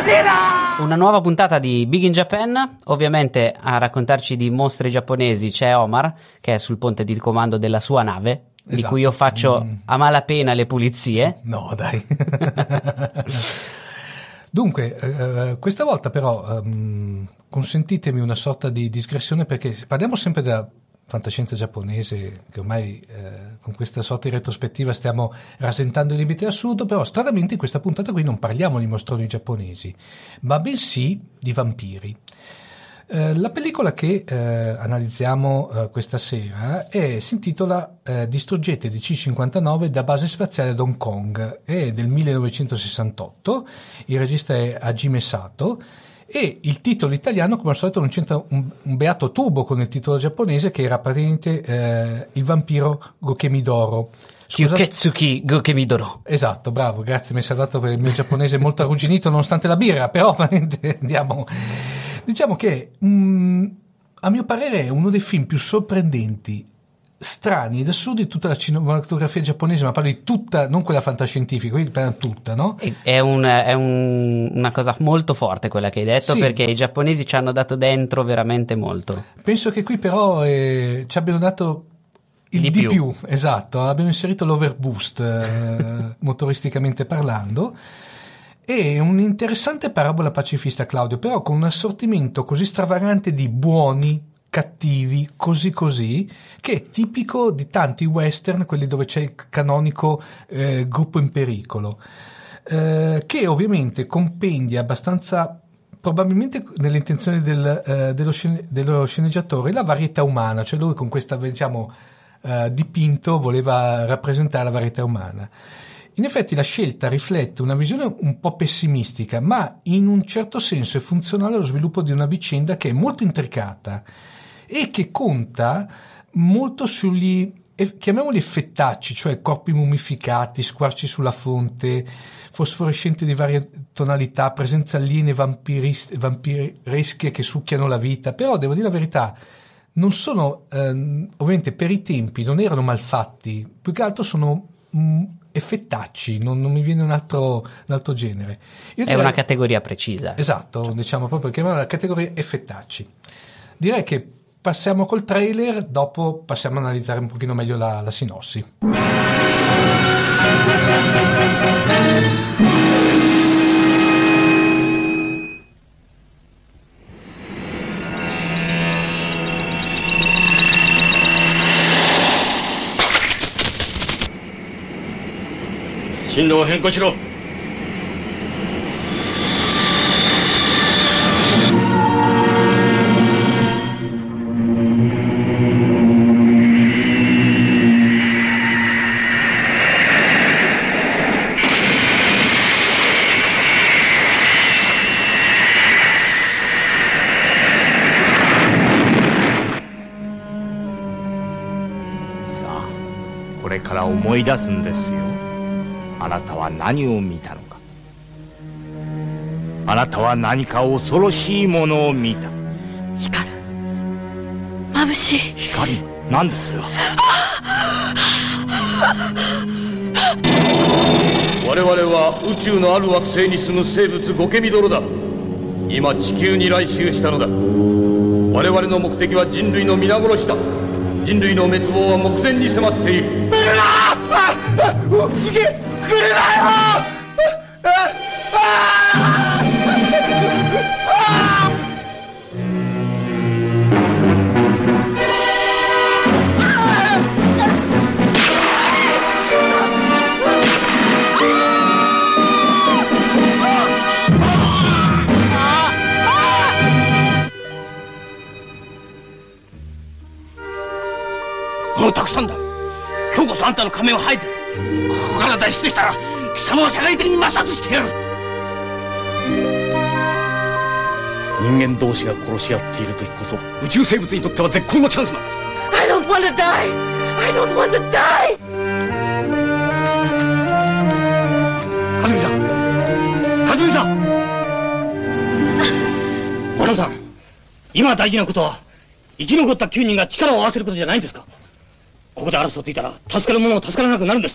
Una nuova puntata di Big in Japan. Ovviamente a raccontarci di mostri giapponesi c'è Omar, che è sul ponte di comando della sua nave, di cui io faccio a malapena le pulizie. No, dai. Dunque, questa volta però consentitemi una sorta di digressione, perché parliamo sempre della fantascienza giapponese, che ormai con questa sorta di retrospettiva stiamo rasentando i limiti dell'assurdo, però stranamente in questa puntata qui non parliamo di mostroni giapponesi, ma bensì di vampiri. La pellicola che analizziamo questa sera si intitola Distruggete DC-59 da base spaziale ad Hong Kong, è del 1968, il regista è Hajime Sato, e il titolo italiano, come al solito, non c'entra un beato tubo con il titolo giapponese, che era praticamente il vampiro Gokemidoro. Kyuketsuki Gokemidoro. Esatto, bravo, grazie, mi hai salvato, per il mio giapponese molto arrugginito nonostante la birra, però andiamo. Diciamo che a mio parere è uno dei film più sorprendenti, strani ed assurdi di tutta la cinematografia giapponese, ma parlo di tutta, non quella fantascientifica, quindi per tutta, no? È una cosa molto forte quella che hai detto, sì, perché i giapponesi ci hanno dato dentro veramente molto. Penso che qui però ci abbiano dato il di più, esatto, abbiamo inserito l'overboost motoristicamente parlando. È un'interessante parabola pacifista, Claudio, però con un assortimento così stravagante di buoni, cattivi, così, che è tipico di tanti western, quelli dove c'è il canonico gruppo in pericolo, che ovviamente compendia abbastanza, probabilmente nelle intenzioni dello sceneggiatore, la varietà umana, cioè lui con questa, diciamo, dipinto voleva rappresentare la varietà umana. In effetti la scelta riflette una visione un po' pessimistica, ma in un certo senso è funzionale allo sviluppo di una vicenda che è molto intricata e che conta molto sugli, chiamiamoli effettacci, cioè corpi mummificati, squarci sulla fonte, fosforescenti di varie tonalità, presenze aliene vampiresche che succhiano la vita. Però devo dire la verità, non sono, ovviamente per i tempi non erano malfatti, più che altro sono effettacci, non mi viene un altro genere. Io direi, è una categoria precisa. Esatto, cioè, diciamo proprio che è la categoria effettacci. Direi che passiamo col trailer, dopo passiamo a analizzare un pochino meglio la sinossi. 進路を変更しろ。さあ、これから思い出すんですよ。あなたは何を見たのか。あなたは何か恐ろしいものを見た。 光る。眩しい。 光る？何ですそれは。我々は宇宙のある惑星に住む生物ゴケミドロだ。今地球に来襲したのだ。我々の目的は人類の皆殺しだ。人類の滅亡は目前に迫っている。来るな！行け！来るなよ！もうたくさんだ。今日こそあんたの仮面を剥いで、ここから脱出したら貴様を社会的に抹殺してやる。人間同士が殺し合っている時こそ宇宙生物にとっては絶好のチャンスなんです。 I don't want to die! I don't want to die! かずみさん、かずみさん、和田さん、今大事なことは生き残った9人が力を合わせることじゃないんですか。ここで争っていたら助かる者も助からなくなるんです。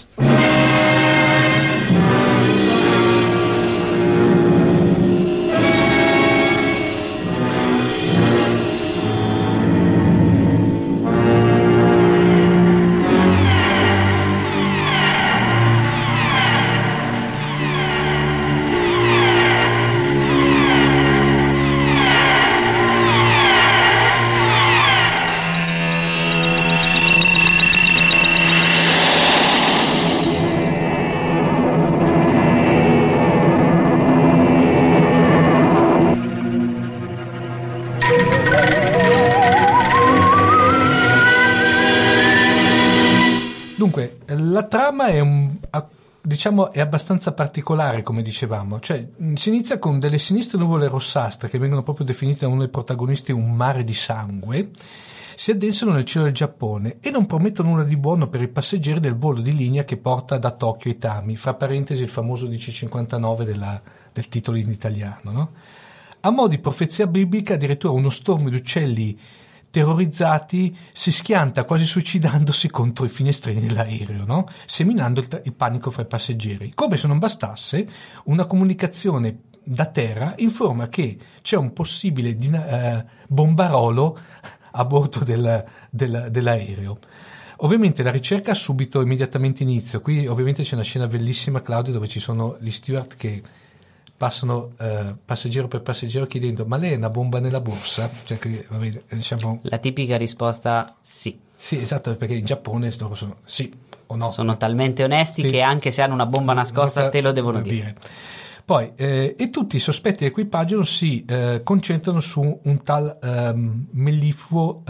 La trama è diciamo è abbastanza particolare, come dicevamo, cioè si inizia con delle sinistre nuvole rossastre che vengono proprio definite da uno dei protagonisti un mare di sangue, si addensano nel cielo del Giappone e non promettono nulla di buono per i passeggeri del volo di linea che porta da Tokyo a Itami, fra parentesi il famoso DC-59 del titolo in italiano, no? A mo' di profezia biblica addirittura uno stormo di uccelli terrorizzati si schianta quasi suicidandosi contro i finestrini dell'aereo, no? Seminando il panico fra i passeggeri. Come se non bastasse, una comunicazione da terra informa che c'è un possibile bombarolo a bordo dell'aereo. Ovviamente la ricerca ha subito immediatamente inizio. Qui ovviamente c'è una scena bellissima, Claudio, dove ci sono gli steward che passano passeggero per passeggero chiedendo: ma lei è una bomba nella borsa? Cioè che, vabbè, diciamo... La tipica risposta sì. Sì, esatto, perché in Giappone loro sono sì o no. Sono talmente onesti che anche se hanno una bomba nascosta te lo devono dire. Poi, e tutti i sospetti dell'equipaggio si concentrano su un tal mellifluo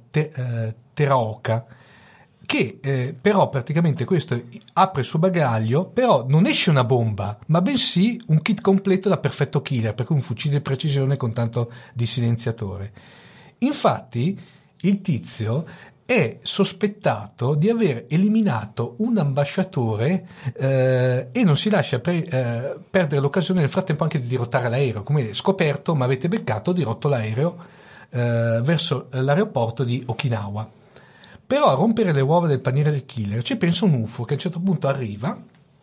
Teraoka, che però praticamente questo apre il suo bagaglio, però non esce una bomba, ma bensì un kit completo da perfetto killer, per cui un fucile di precisione con tanto di silenziatore. Infatti il tizio è sospettato di aver eliminato un ambasciatore e non si lascia perdere l'occasione nel frattempo anche di dirottare l'aereo. Come scoperto, ma avete beccato, dirotto l'aereo verso l'aeroporto di Okinawa. Però a rompere le uova del paniere del killer ci pensa un UFO che a un certo punto arriva,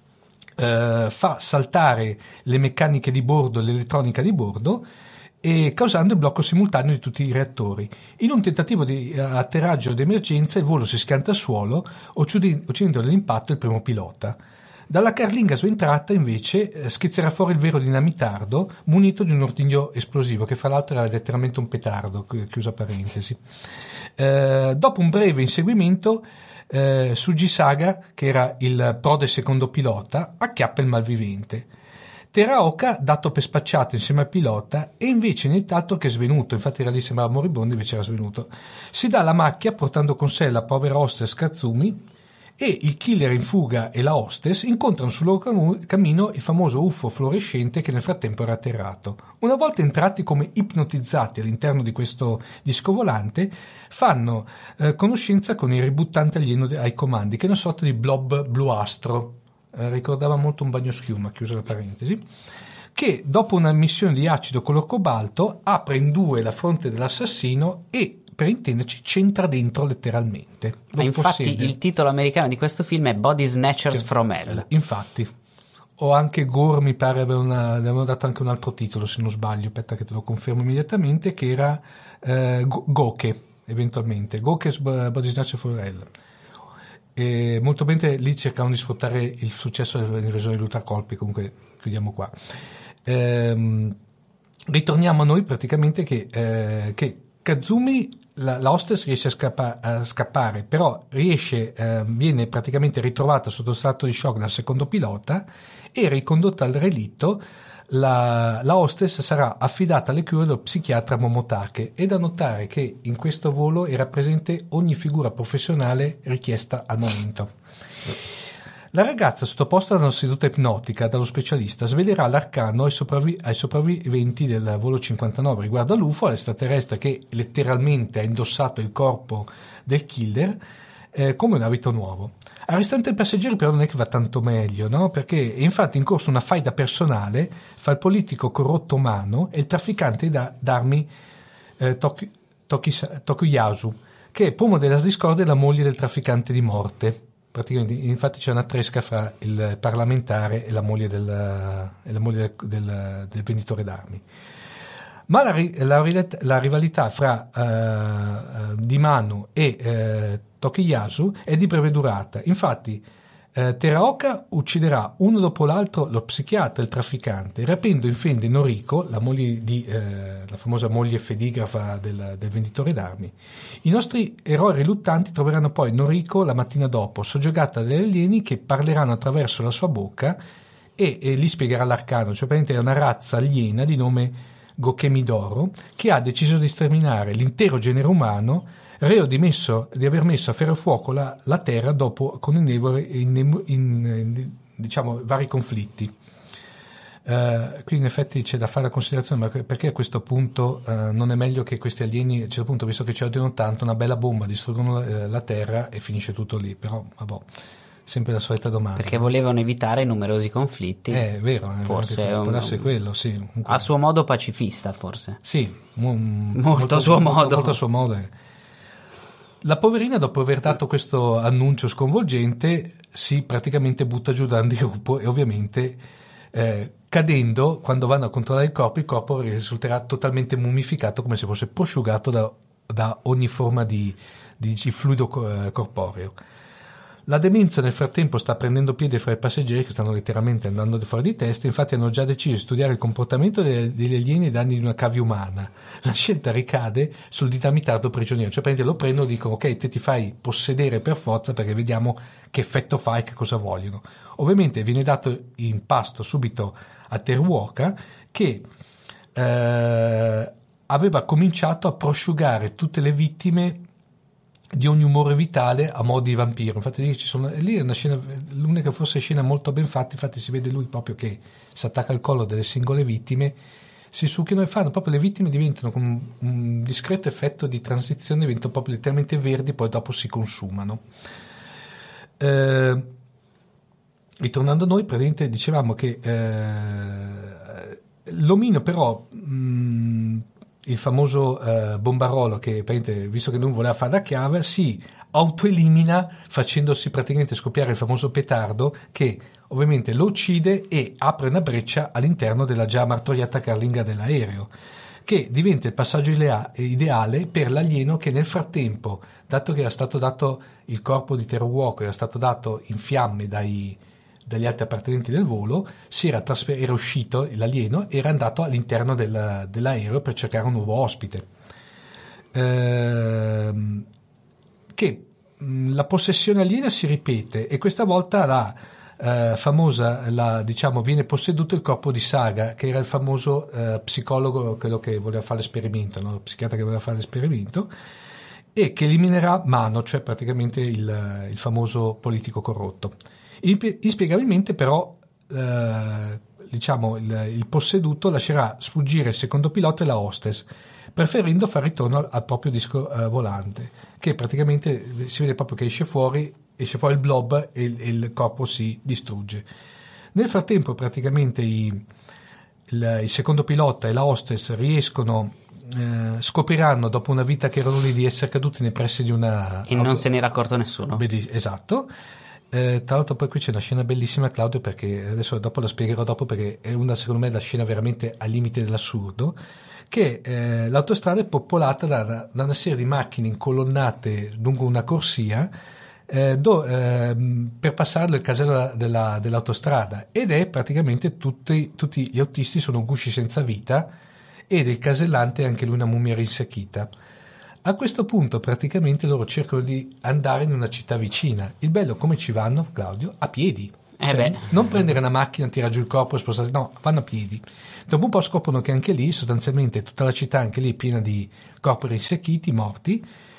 fa saltare le meccaniche di bordo, l'elettronica di bordo, e causando il blocco simultaneo di tutti i reattori. In un tentativo di atterraggio d'emergenza il volo si schianta al suolo, uccidendo dall'impatto il primo pilota. Dalla carlinga sventrata invece schizzerà fuori il vero dinamitardo munito di un ortiglio esplosivo, che fra l'altro era letteralmente un petardo, chiusa parentesi. Dopo un breve inseguimento, Sujisaga, che era il prode secondo pilota, acchiappa il malvivente. Teraoka, dato per spacciato insieme al pilota, e invece nient'altro che svenuto, infatti era lì, sembrava moribondo, invece era svenuto. Si dà la macchia portando con sé la povera hostess Kazumi, e il killer in fuga e la hostess incontrano sul loro cammino il famoso UFO fluorescente che nel frattempo era atterrato. Una volta entrati come ipnotizzati all'interno di questo disco volante, fanno conoscenza con il ributtante alieno ai comandi, che è una sorta di blob bluastro, ricordava molto un bagnoschiuma, chiusa la parentesi, che dopo una missione di acido color cobalto apre in due la fronte dell'assassino e, per intenderci, c'entra dentro letteralmente. Ma infatti il titolo americano di questo film è Body Snatchers from Hell. Infatti. O anche Gore, mi pare avevano dato anche un altro titolo, se non sbaglio, aspetta che te lo confermo immediatamente, che era Goke, eventualmente Goke's Body Snatchers from Hell. E molto bene, lì cercavano di sfruttare il successo dell'invasione degli ultracolpi. Comunque chiudiamo qua. Ritorniamo a noi, praticamente, che Kazumi, la hostess, riesce a scappare, però viene praticamente ritrovata sotto stato di shock dal secondo pilota e ricondotta al relitto. La hostess sarà affidata alle cure dello psichiatra Momotake. È da notare che in questo volo era presente ogni figura professionale richiesta al momento. La ragazza, sottoposta ad una seduta ipnotica dallo specialista, svelerà l'arcano ai sopravviventi del volo 59 riguardo all'UFO, all'extraterrestre che letteralmente ha indossato il corpo del killer come un abito nuovo. Al restante dei passeggeri però non è che va tanto meglio, no? Perché è infatti in corso una faida personale fra il politico corrotto Mano e il trafficante d'armi Tokuyasu, che è pomo della discordia e la moglie del trafficante di morte. Praticamente, infatti c'è una tresca fra il parlamentare e la moglie del venditore d'armi. Ma la rivalità fra di Manu e Tokiyasu è di breve durata. Infatti Teraoka ucciderà uno dopo l'altro lo psichiatra e il trafficante, rapendo in fede Noriko, la famosa moglie fedigrafa del venditore d'armi. I nostri eroi riluttanti troveranno poi Noriko la mattina dopo, soggiogata dagli alieni che parleranno attraverso la sua bocca e gli spiegherà l'arcano, cioè praticamente è una razza aliena di nome Gokemidoro che ha deciso di sterminare l'intero genere umano reo di aver messo a ferro e fuoco la terra dopo con diciamo vari conflitti. Qui in effetti c'è da fare la considerazione, ma perché a questo punto non è meglio che questi alieni, a un certo punto, visto che ci odiano tanto, una bella bomba, distruggono la terra e finisce tutto lì. Però vabbè, sempre la solita domanda. Perché volevano evitare numerosi conflitti. È vero, forse può darsi quello, sì. A suo modo pacifista, forse. Sì, molto a suo modo. Molto a suo modo. La poverina, dopo aver dato questo annuncio sconvolgente, si praticamente butta giù dal gruppo e ovviamente cadendo, quando vanno a controllare il corpo risulterà totalmente mummificato, come se fosse prosciugato da ogni forma di fluido corporeo. La demenza nel frattempo sta prendendo piede fra i passeggeri, che stanno letteralmente andando fuori di testa. Infatti hanno già deciso di studiare il comportamento degli alieni ai danni di una cavie umana. La scelta ricade sul dinamitardo prigioniero, cioè lo prendono e dicono: ok, te ti fai possedere per forza, perché vediamo che effetto fa e che cosa vogliono. Ovviamente viene dato in pasto subito a Teruoka, che aveva cominciato a prosciugare tutte le vittime di ogni umore vitale a mo' di vampiro. Infatti lì è una scena, l'unica forse scena molto ben fatta. Infatti si vede lui proprio che si attacca al collo delle singole vittime, si succhiano e fanno proprio, le vittime diventano con un discreto effetto di transizione, diventano proprio letteralmente verdi, poi dopo si consumano. Ritornando a noi, praticamente dicevamo che l'omino però il famoso Bombarolo, che visto che non voleva fare da chiave, si autoelimina facendosi praticamente scoppiare il famoso petardo, che ovviamente lo uccide e apre una breccia all'interno della già martoriata carlinga dell'aereo, che diventa il passaggio ideale per l'alieno, che nel frattempo, dato che era stato dato il corpo di Teruoka, era stato dato in fiamme dagli altri appartenenti del volo, era uscito l'alieno, era andato all'interno dell'aereo per cercare un nuovo ospite. Che la possessione aliena si ripete, e questa volta viene posseduto il corpo di Saga, che era il famoso psicologo, quello che voleva fare l'esperimento, no? Lo psichiatra che voleva fare l'esperimento, e che eliminerà Mano, cioè praticamente il famoso politico corrotto. Inspiegabilmente però il posseduto lascerà sfuggire il secondo pilota e la hostess, preferendo far ritorno al proprio disco volante, che praticamente si vede proprio che esce fuori il blob e il corpo si distrugge. Nel frattempo praticamente il secondo pilota e la hostess scopriranno dopo una vita che erano lì di essere caduti nei pressi di una... E non se n'era accorto nessuno. Esatto. Tra l'altro poi qui c'è una scena bellissima, Claudio, perché adesso dopo la spiegherò perché è secondo me la scena veramente al limite dell'assurdo, che l'autostrada è popolata da una serie di macchine incolonnate lungo una corsia per passare il casello dell'autostrada, ed è praticamente tutti gli autisti sono gusci senza vita, ed il casellante è anche lui una mummia rinsecchita. A questo punto praticamente loro cercano di andare in una città vicina. Il bello, come ci vanno, Claudio? A piedi. Non prendere una macchina, tirare giù il corpo e spostarsi, no, vanno a piedi. Dopo un po' scoprono che anche lì sostanzialmente tutta la città anche lì è piena di corpi rinsecchiti, morti,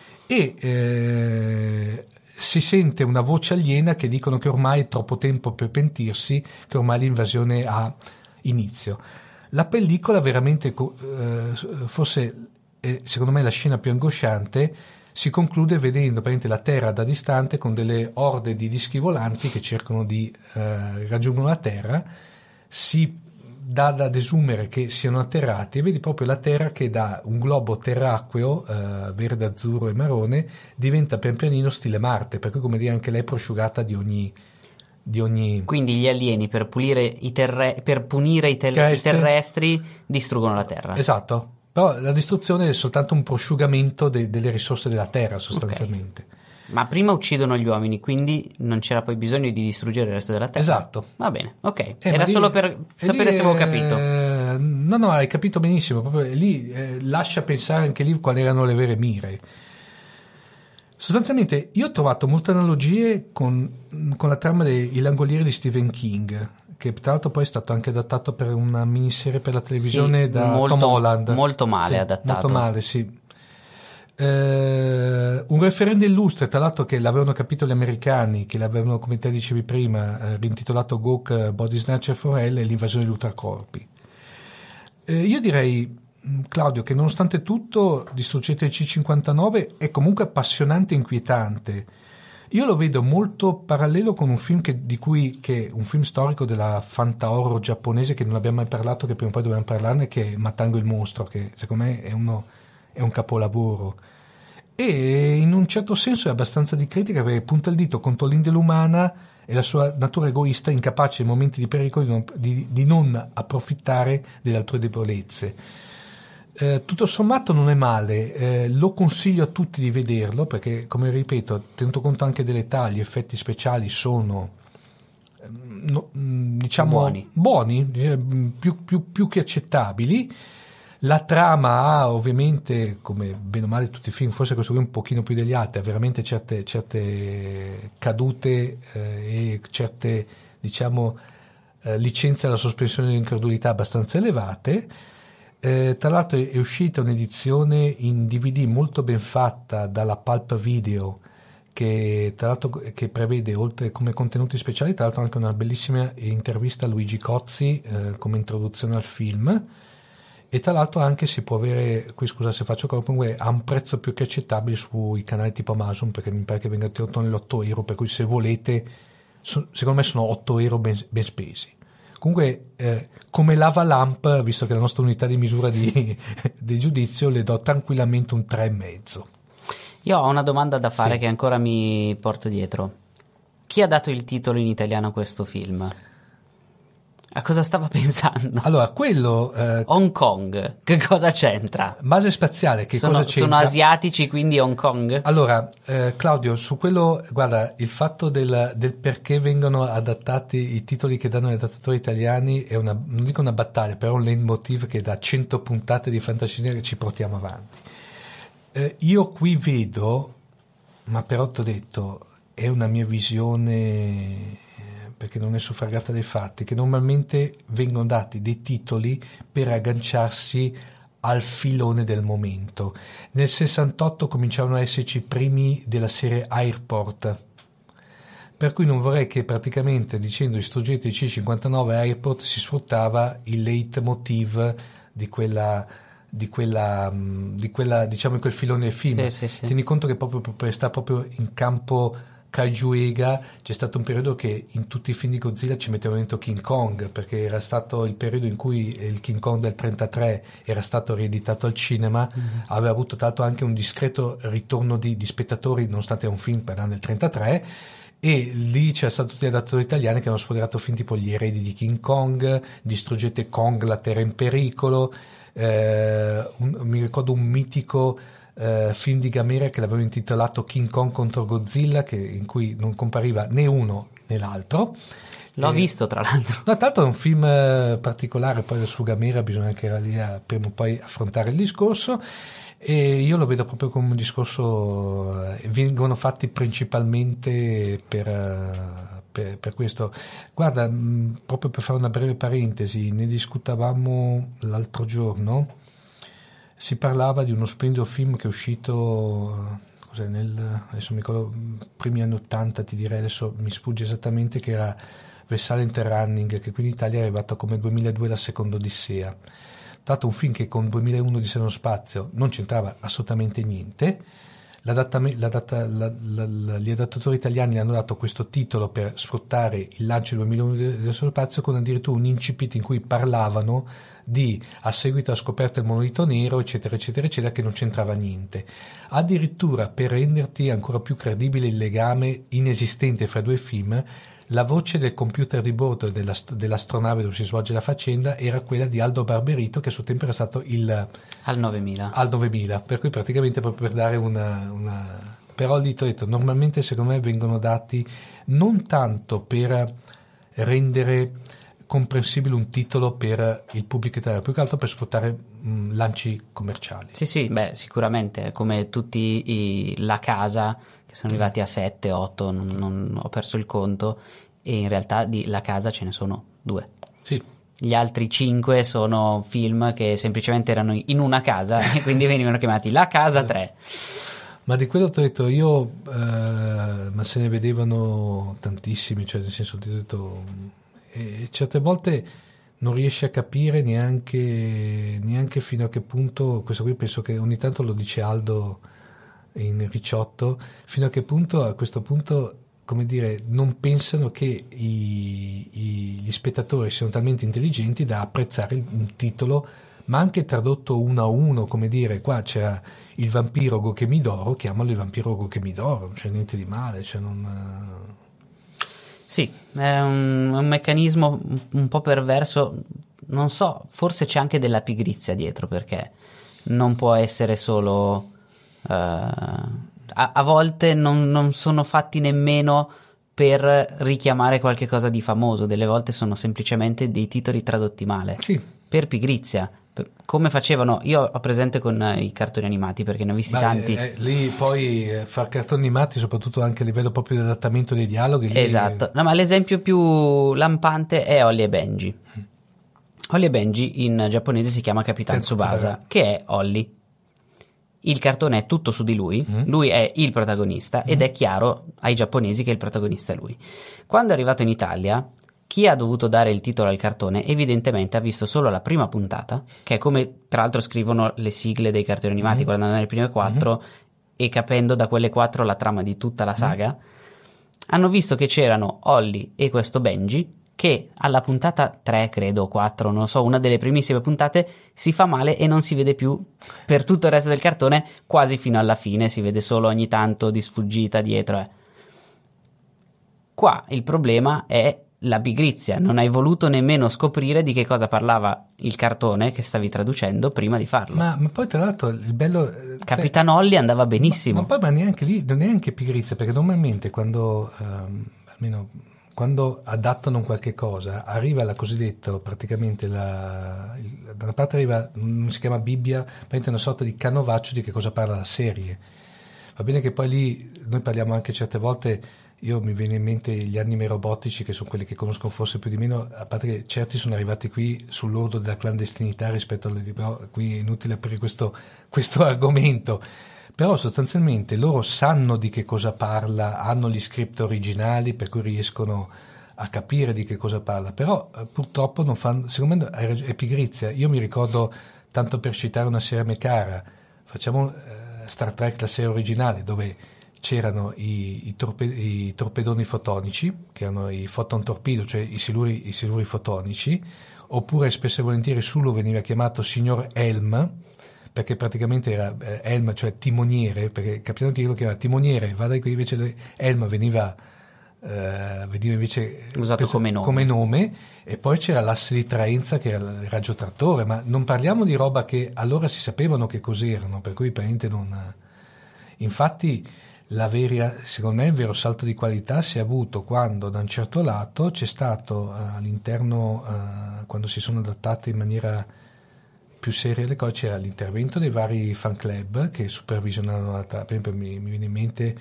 e si sente una voce aliena che dicono che ormai è troppo tempo per pentirsi, che ormai l'invasione ha inizio. La pellicola veramente forse secondo me la scena più angosciante si conclude vedendo la Terra da distante con delle orde di dischi volanti che cercano di raggiungere la Terra. Si dà da desumere che siano atterrati, e vedi proprio la Terra che da un globo terracqueo verde, azzurro e marrone diventa pian pianino stile Marte, per cui come dire anche lei è prosciugata di ogni... Quindi gli alieni per punire i terrestri distruggono la Terra. Esatto. Però la distruzione è soltanto un prosciugamento delle risorse della Terra, sostanzialmente. Okay. Ma prima uccidono gli uomini, quindi non c'era poi bisogno di distruggere il resto della Terra. Esatto. Va bene, ok. Era solo per sapere se avevo capito. No, hai capito benissimo. Proprio lì lascia pensare anche lì quali erano le vere mire. Sostanzialmente io ho trovato molte analogie con la trama dei Langolieri di Stephen King, che tra l'altro poi è stato anche adattato per una miniserie per la televisione da Tom Holland. Molto male adattato. Molto male, sì. Un referendum illustre, tra l'altro, che l'avevano capito gli americani, che l'avevano, come te dicevi prima, rintitolato Gok Body Snatcher for Hell e l'invasione degli ultracorpi. Io direi, Claudio, che nonostante tutto Distruggete il C-59 è comunque appassionante e inquietante. Io lo vedo molto parallelo con un film che è un film storico della fanta horror giapponese, che non abbiamo mai parlato, che prima o poi dobbiamo parlarne, che è Matango il mostro, che secondo me è un capolavoro. E in un certo senso è abbastanza di critica, perché punta il dito contro l'indole umana e la sua natura egoista, incapace in momenti di pericolo di non approfittare delle altrui debolezze. Tutto sommato non è male, lo consiglio a tutti di vederlo, perché, come ripeto, tenuto conto anche dell'età, gli effetti speciali sono diciamo buoni, più che accettabili. La trama ha ovviamente, come bene o male tutti i film, forse questo qui un pochino più degli altri, ha veramente certe cadute e certe, diciamo, licenze alla sospensione dell'incredulità abbastanza elevate. Tra l'altro è uscita un'edizione in DVD molto ben fatta dalla Pulp Video, che tra l'altro che prevede, oltre come contenuti speciali, tra l'altro anche una bellissima intervista a Luigi Cozzi come introduzione al film. E tra l'altro anche si può avere, qui scusa se faccio comunque, a un prezzo più che accettabile sui canali tipo Amazon, perché mi pare che venga tradotto nell'8 €, per cui se volete, secondo me sono 8 € ben spesi. Comunque, come lava lamp, visto che la nostra unità di misura di giudizio, le do tranquillamente un 3,5. Io ho una domanda da fare, sì, che ancora mi porto dietro. Chi ha dato il titolo in italiano a questo film? A cosa stava pensando? Allora, quello... Hong Kong, che cosa c'entra? Base spaziale, cosa c'entra? Sono asiatici, quindi Hong Kong? Allora, Claudio, su quello, guarda, il fatto del perché vengono adattati i titoli che danno gli adattatori italiani è non dico una battaglia, però un leitmotiv che da 100 puntate di fantascienza che ci portiamo avanti. Io qui vedo, ma però t'ho detto, è una mia visione... perché non è suffragata dai fatti, che normalmente vengono dati dei titoli per agganciarsi al filone del momento. Nel 68 cominciavano a esserci i primi della serie Airport, per cui non vorrei che praticamente dicendo Distruggete il C-59 Airport si sfruttava il leitmotiv di quella diciamo in quel filone del film. Sì. Tieni conto che proprio per stare proprio in campo Kaijuega c'è stato un periodo che in tutti i film di Godzilla ci mettevano dentro King Kong, perché era stato il periodo in cui il King Kong del 33 era stato rieditato al cinema, aveva avuto tra l'altro anche un discreto ritorno di spettatori, nonostante un film per l'anno del 33, e lì c'era stato tutti gli adattatori italiani che hanno sfoderato film tipo Gli eredi di King Kong, Distruggete Kong, la terra in pericolo, mi ricordo un mitico film di Gamera che l'avevano intitolato King Kong contro Godzilla, in cui non compariva né uno né l'altro. L'ho visto, tra l'altro. No, tra l'altro è un film particolare, poi su Gamera bisogna anche lì prima o poi affrontare il discorso, e io lo vedo proprio come un discorso vengono fatti principalmente per questo. Guarda, proprio per fare una breve parentesi, ne discutavamo l'altro giorno. Si parlava di uno splendido film che è uscito adesso mi ricordo, primi anni 80, ti direi, adesso mi sfugge esattamente, che era The Silent Running, che qui in Italia è arrivato come 2002 la seconda Odissea. Tanto un film che con 2001 Odissea nello spazio non c'entrava assolutamente niente. Gli adattatori italiani hanno dato questo titolo per sfruttare il lancio del 2001 dello spazio, con addirittura un incipit in cui parlavano di, a seguito alla scoperta del monolito nero, eccetera eccetera eccetera, che non c'entrava niente. Addirittura, per renderti ancora più credibile il legame inesistente fra i due film, la voce del computer di bordo dell'astronave dove si svolge la faccenda era quella di Aldo Barberito, che a suo tempo era stato al 9000, per cui praticamente proprio per dare però lì t'ho detto, normalmente secondo me vengono dati non tanto per rendere comprensibile un titolo per il pubblico italiano, più che altro per sfruttare lanci commerciali. Sì, beh, sicuramente, come tutti La Casa, che sono arrivati a 7, 8, non ho perso il conto, e in realtà di La Casa ce ne sono 2. Sì. Gli altri 5 sono film che semplicemente erano in una casa e quindi venivano chiamati La Casa 3. Ma di quello ti ho detto io, ma se ne vedevano tantissimi, cioè nel senso ti ho detto, e certe volte non riesci a capire neanche fino a che punto, questo qui penso che ogni tanto lo dice Aldo in Ricciotto, fino a che punto a questo punto, come dire, non pensano che gli spettatori siano talmente intelligenti da apprezzare un titolo, ma anche tradotto uno a uno, come dire, qua c'era il vampiro Gokemidoro, chiamalo il vampiro Gokemidoro, non c'è niente di male, cioè non... Sì, è un meccanismo un po' perverso, non so, forse c'è anche della pigrizia dietro, perché non può essere solo... a volte non sono fatti nemmeno per richiamare qualche cosa di famoso, delle volte sono semplicemente dei titoli tradotti male, sì, per pigrizia, come facevano, io ho presente con i cartoni animati perché ne ho visti tanti. Lì poi far cartoni animati, soprattutto anche a livello proprio di adattamento dei dialoghi, lì... Esatto, no, ma l'esempio più lampante è Holly e Benji. Holly e Benji in giapponese si chiama Capitan Tsubasa, che è Holly. Il cartone è tutto su di lui, lui è il protagonista ed è chiaro ai giapponesi che il protagonista è lui. Quando è arrivato in Italia, chi ha dovuto dare il titolo al cartone evidentemente ha visto solo la prima puntata, che è come tra l'altro scrivono le sigle dei cartoni animati, guardando le prime 4 e capendo da quelle 4 la trama di tutta la saga. Hanno visto che c'erano Holly e questo Benji, che alla puntata 3, credo, 4, non lo so, una delle primissime puntate, si fa male e non si vede più per tutto il resto del cartone, quasi fino alla fine, si vede solo ogni tanto di sfuggita dietro. Qua il problema è la pigrizia, non hai voluto nemmeno scoprire di che cosa parlava il cartone che stavi traducendo prima di farlo. Ma poi tra l'altro il bello... Capitan Holly andava benissimo. Ma poi ma neanche lì, non è neanche pigrizia, perché normalmente quando, almeno... quando adattano un qualche cosa arriva la cosiddetta, praticamente da una parte arriva, non si chiama Bibbia, praticamente una sorta di canovaccio di che cosa parla la serie. Va bene che poi lì noi parliamo anche certe volte, io mi viene in mente gli anime robotici, che sono quelli che conoscono forse più di meno, a parte che certi sono arrivati qui sull'orlo della clandestinità rispetto alle... però qui è inutile aprire questo argomento. Però sostanzialmente loro sanno di che cosa parla, hanno gli script originali per cui riescono a capire di che cosa parla, però purtroppo non fanno, secondo me è pigrizia. Io mi ricordo, tanto per citare una serie a me cara, facciamo Star Trek, la serie originale, dove c'erano i torpedoni fotonici, che erano i photon torpedo, cioè i siluri fotonici, oppure spesso e volentieri Sulu veniva chiamato signor Helm, perché praticamente era Helm, cioè timoniere, perché capitano che io lo chiamava timoniere, vada qui, invece Helm veniva invece usato come nome, e poi c'era l'asse di traenza che era il radiotrattore, ma non parliamo di roba che allora si sapevano che cos'erano, per cui praticamente non... Infatti secondo me il vero salto di qualità si è avuto quando da un certo lato c'è stato all'interno, quando si sono adattate in maniera più serie le cose, c'era l'intervento dei vari fan club che supervisionavano per esempio mi viene in mente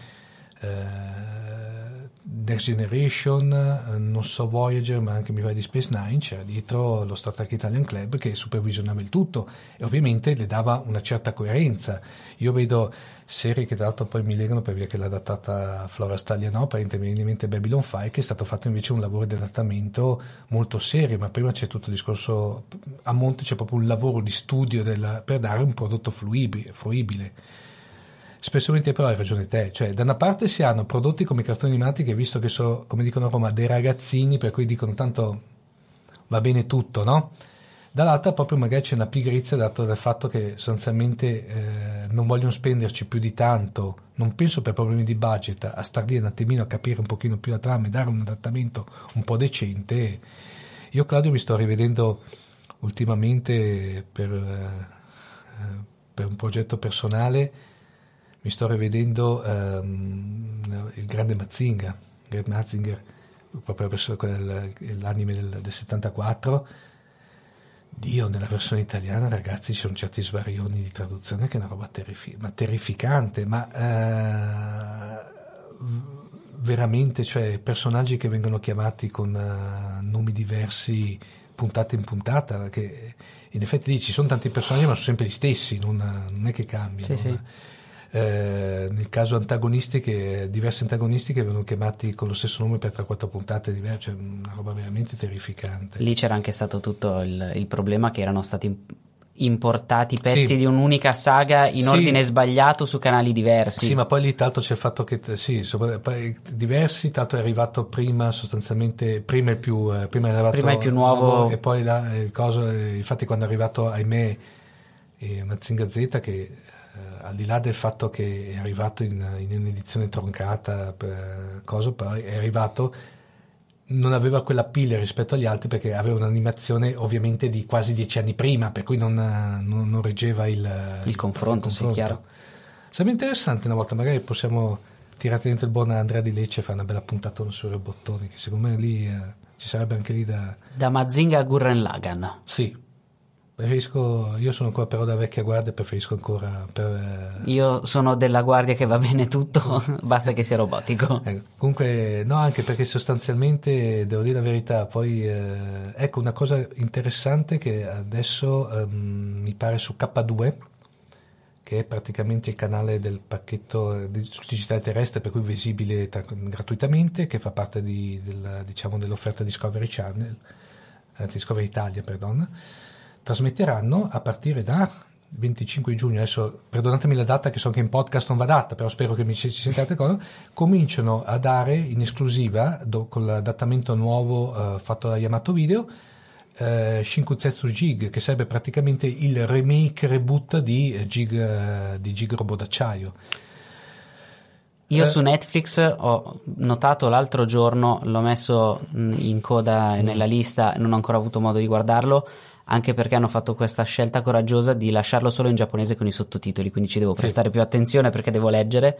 Next Generation, non so Voyager, ma anche mi pare di Space Nine, c'era dietro lo Star Trek Italian Club che supervisionava il tutto e ovviamente le dava una certa coerenza. Io vedo serie che tra l'altro poi mi legano per via che l'ha adattata Flora Stagliano, per mi viene in mente Babylon 5, che è stato fatto invece un lavoro di adattamento molto serio, ma prima c'è tutto il discorso, a monte c'è proprio un lavoro di studio per dare un prodotto fruibile. Spesso però hai ragione te, cioè da una parte si hanno prodotti come cartoni animati che visto che sono, come dicono a Roma, dei ragazzini, per cui dicono tanto va bene tutto, no? Dall'altra proprio magari c'è una pigrizia dato dal fatto che sostanzialmente non vogliono spenderci più di tanto, non penso per problemi di budget, a star lì un attimino a capire un pochino più la trama e dare un adattamento un po' decente. Io Claudio mi sto rivedendo ultimamente per un progetto personale, mi sto rivedendo il grande Mazinger, Great Mazinger, proprio verso l'anime del 74. Dio, nella versione italiana, ragazzi, ci sono certi svarioni di traduzione che è una roba terrificante, ma veramente, cioè personaggi che vengono chiamati con nomi diversi puntata in puntata, perché in effetti lì ci sono tanti personaggi ma sono sempre gli stessi, non è che cambiano. Sì. nel caso diversi antagonisti che vengono chiamati con lo stesso nome per 3-4 puntate diverse, cioè una roba veramente terrificante. Lì c'era anche stato tutto il problema che erano stati importati pezzi di un'unica saga in ordine sbagliato su canali diversi. Sì, ma poi lì tanto c'è il fatto che poi diversi, tanto è arrivato prima sostanzialmente, prima è arrivato il più nuovo e poi infatti quando è arrivato, ahimè, Mazinga Z, che al di là del fatto che è arrivato in un'edizione troncata poi è arrivato, non aveva quella pille rispetto agli altri perché aveva un'animazione ovviamente di quasi 10 anni prima, per cui non reggeva il confronto. Sì, chiaro. Sarebbe interessante una volta, magari possiamo tirare dentro il buon Andrea Di Lecce e fare una bella puntatona su Robottoni, che secondo me lì ci sarebbe anche lì da Mazinga a Gurren Lagann. Sì, io sono ancora però da vecchia guardia, preferisco ancora io sono della guardia che va bene tutto, basta che sia robotico. Comunque no, anche perché sostanzialmente devo dire la verità, poi ecco una cosa interessante che adesso mi pare su K2, che è praticamente il canale del pacchetto sul digitale terrestre, per cui visibile gratuitamente, che fa parte dell'offerta Discovery Channel, Discovery Italia, perdona. Trasmetteranno a partire da 25 giugno, adesso perdonatemi la data che so che in podcast non va data, però spero che mi ci sentiate con, cominciano a dare in esclusiva con l'adattamento nuovo fatto da Yamato Video, Shinkuzetsu Jig, che sarebbe praticamente il remake reboot di Jig Robot d'acciaio. Io su Netflix ho notato l'altro giorno, l'ho messo in coda nella lista, non ho ancora avuto modo di guardarlo, anche perché hanno fatto questa scelta coraggiosa di lasciarlo solo in giapponese con i sottotitoli, quindi ci devo prestare più attenzione perché devo leggere.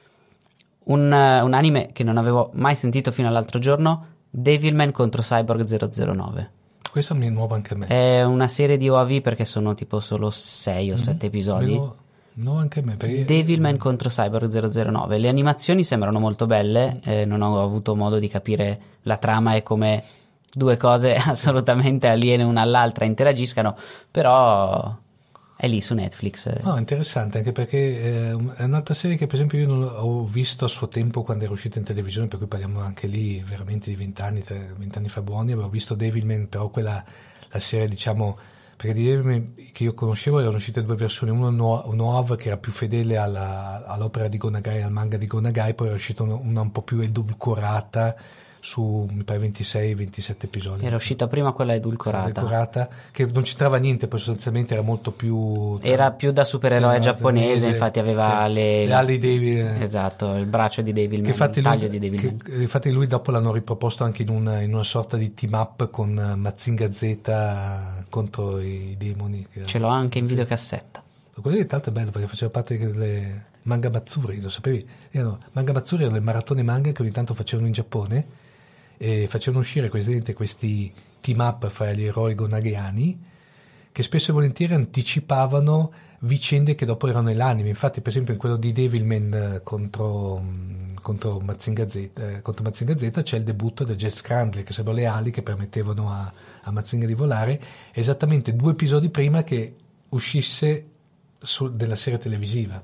Un anime che non avevo mai sentito fino all'altro giorno, Devilman contro Cyborg 009. Questo mi è nuovo anche a me. È una serie di OAV perché sono tipo solo 6 o 7 episodi. No, anche a me. Devilman contro Cyborg 009. Le animazioni sembrano molto belle, non ho avuto modo di capire la trama e come due cose assolutamente aliene una all'altra interagiscano, però è lì su Netflix. No, interessante, anche perché è un'altra serie che per esempio io non ho visto a suo tempo quando era uscita in televisione, per cui parliamo anche lì veramente di 20 anni fa buoni. Avevo visto Devilman, però la serie, diciamo, perché di Devilman che io conoscevo erano uscite due versioni, una nuova che era più fedele all'opera di Go Nagai, al manga di Go Nagai, poi era uscita una un po' più edulcorata su mi pare 26-27 episodi. Era uscita prima quella edulcorata che non c'entrava niente, poi sostanzialmente era molto più era più da supereroe giapponese, infatti aveva le ali David, esatto, il braccio di Devilman, il taglio di Devilman. Infatti lui dopo l'hanno riproposto anche in una sorta di team up con Mazinga Z contro i demoni. Ce l'ho anche in videocassetta. Quello di tanto è bello perché faceva parte delle manga Matsuri, lo sapevi? Manga Matsuri erano le maratone manga che ogni tanto facevano in Giappone e facevano uscire questi team up fra gli eroi gonaghiani che spesso e volentieri anticipavano vicende che dopo erano nell'anime. Infatti per esempio in quello di Devilman contro Mazinga Z c'è il debutto del Jet Scrambler, che sarebbero le ali che permettevano a Mazinga di volare, esattamente 2 episodi prima che uscisse della serie televisiva.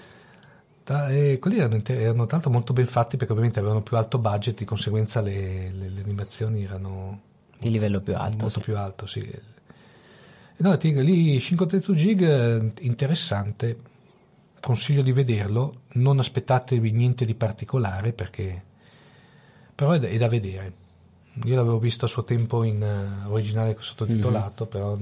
Quelli erano tra l'altro molto ben fatti perché ovviamente avevano più alto budget, di conseguenza le animazioni erano di livello più alto, molto più alto, sì. No, lì Shinkutetsu Jig interessante, consiglio di vederlo, non aspettatevi niente di particolare perché però è da vedere. Io l'avevo visto a suo tempo in originale sottotitolato, però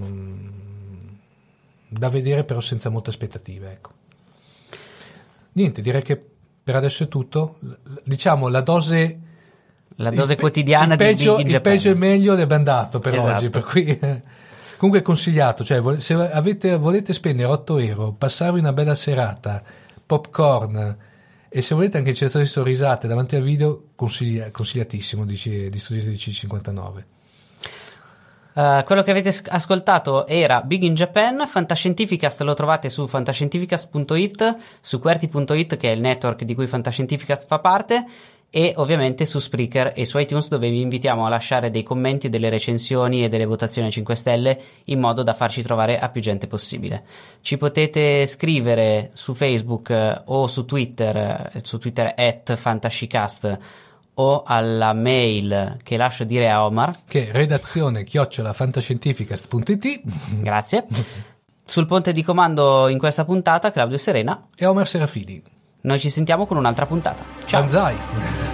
da vedere, però senza molte aspettative, ecco. Niente, direi che per adesso è tutto. Diciamo la dose quotidiana di Big in Japan. Il peggio e il meglio le abbiamo dato per esatto. oggi, per cui comunque è consigliato, cioè se volete spendere 8 euro, passarvi una bella serata, popcorn e se volete anche cercare sorrisate davanti al video, consigliatissimo di Studios di C59. Quello che avete ascoltato era Big in Japan. Fantascientificast lo trovate su fantascientificast.it, su QWERTY.it, che è il network di cui Fantascientificast fa parte, e ovviamente su Spreaker e su iTunes, dove vi invitiamo a lasciare dei commenti, delle recensioni e delle votazioni a 5 stelle in modo da farci trovare a più gente possibile. Ci potete scrivere su Facebook o su Twitter @fantascicast, o alla mail che lascio dire a Omar, che è redazione@fantascientificast.it. Grazie. Sul ponte di comando in questa puntata Claudio Serena e Omar Serafini. Noi ci sentiamo con un'altra puntata. Ciao. Banzai.